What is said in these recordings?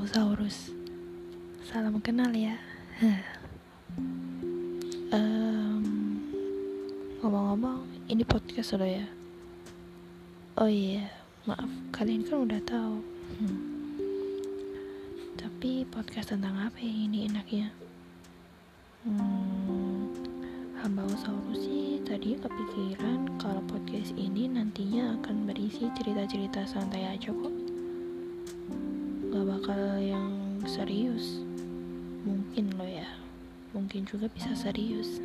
Hambausaurus. Salam kenal ya. Ngomong-ngomong, ini podcast lo ya. Oh iya, maaf, kalian kan udah tahu. Tapi podcast tentang apa ya ini enaknya? Hambausaurus sih tadi kepikiran kalau podcast ini nantinya akan berisi cerita-cerita santai aja kok. Gak bakal yang serius. Mungkin lo ya, mungkin juga bisa serius.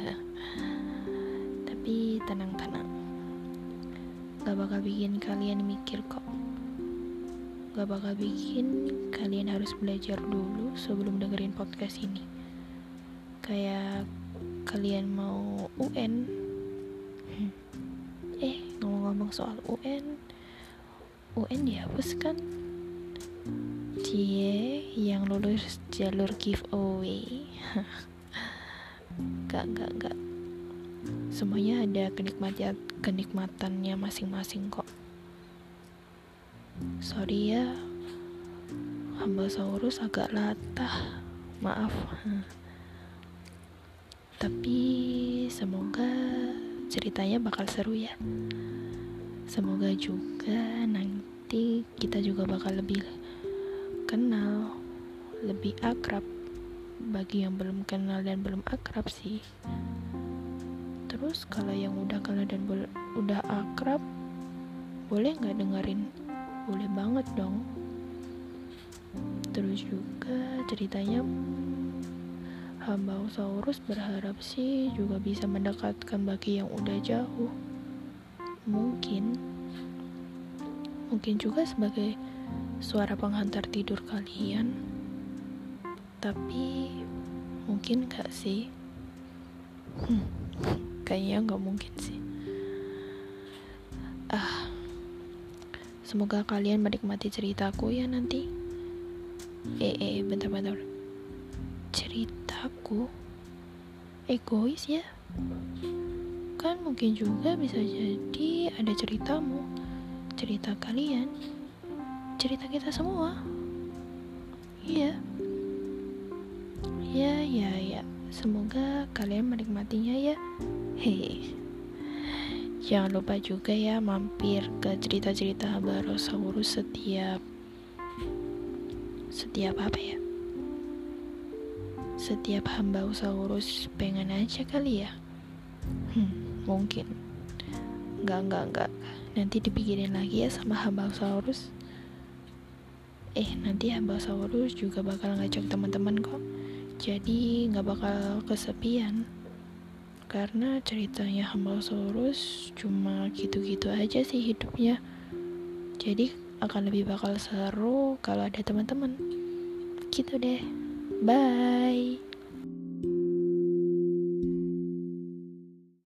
Tapi tenang-tenang, gak bakal bikin kalian mikir kok. Gak bakal bikin kalian harus belajar dulu sebelum dengerin podcast ini. Kayak kalian mau UN. Ngomong-ngomong soal UN dihapus kan? Cie yang lulus jalur giveaway. Gak. Semuanya ada kenikmatannya masing-masing kok. Sorry ya, Hambausaurus agak latah, maaf. Tapi semoga ceritanya bakal seru ya. Semoga juga nanti kita juga bakal lebih kenal, lebih akrab. Bagi yang belum kenal dan belum akrab sih. Terus kalau yang udah kenal dan udah akrab, boleh gak dengerin? Boleh banget dong. Terus juga ceritanya Hambausaurus berharap sih juga bisa mendekatkan bagi yang udah jauh. Mungkin juga sebagai suara penghantar tidur kalian. Tapi mungkin gak sih? Kayaknya gak mungkin sih. Semoga kalian menikmati ceritaku ya nanti. Bentar. Ceritaku? Egois ya? Kan mungkin juga bisa jadi ada ceritamu, cerita kalian, cerita kita semua. Iya. Ya. Semoga kalian menikmatinya ya. Jangan lupa juga ya mampir ke cerita-cerita Hambausaurus setiap Hambausaurus pengen aja kali ya. Mungkin Enggak. Nanti dipikirin lagi ya sama Hambausaurus. Nanti Hambausaurus juga bakal ngajak teman-teman kok. Jadi gak bakal kesepian. Karena ceritanya Hambausaurus cuma gitu-gitu aja sih hidupnya. Jadi akan lebih bakal seru kalau ada teman-teman. Gitu deh. Bye.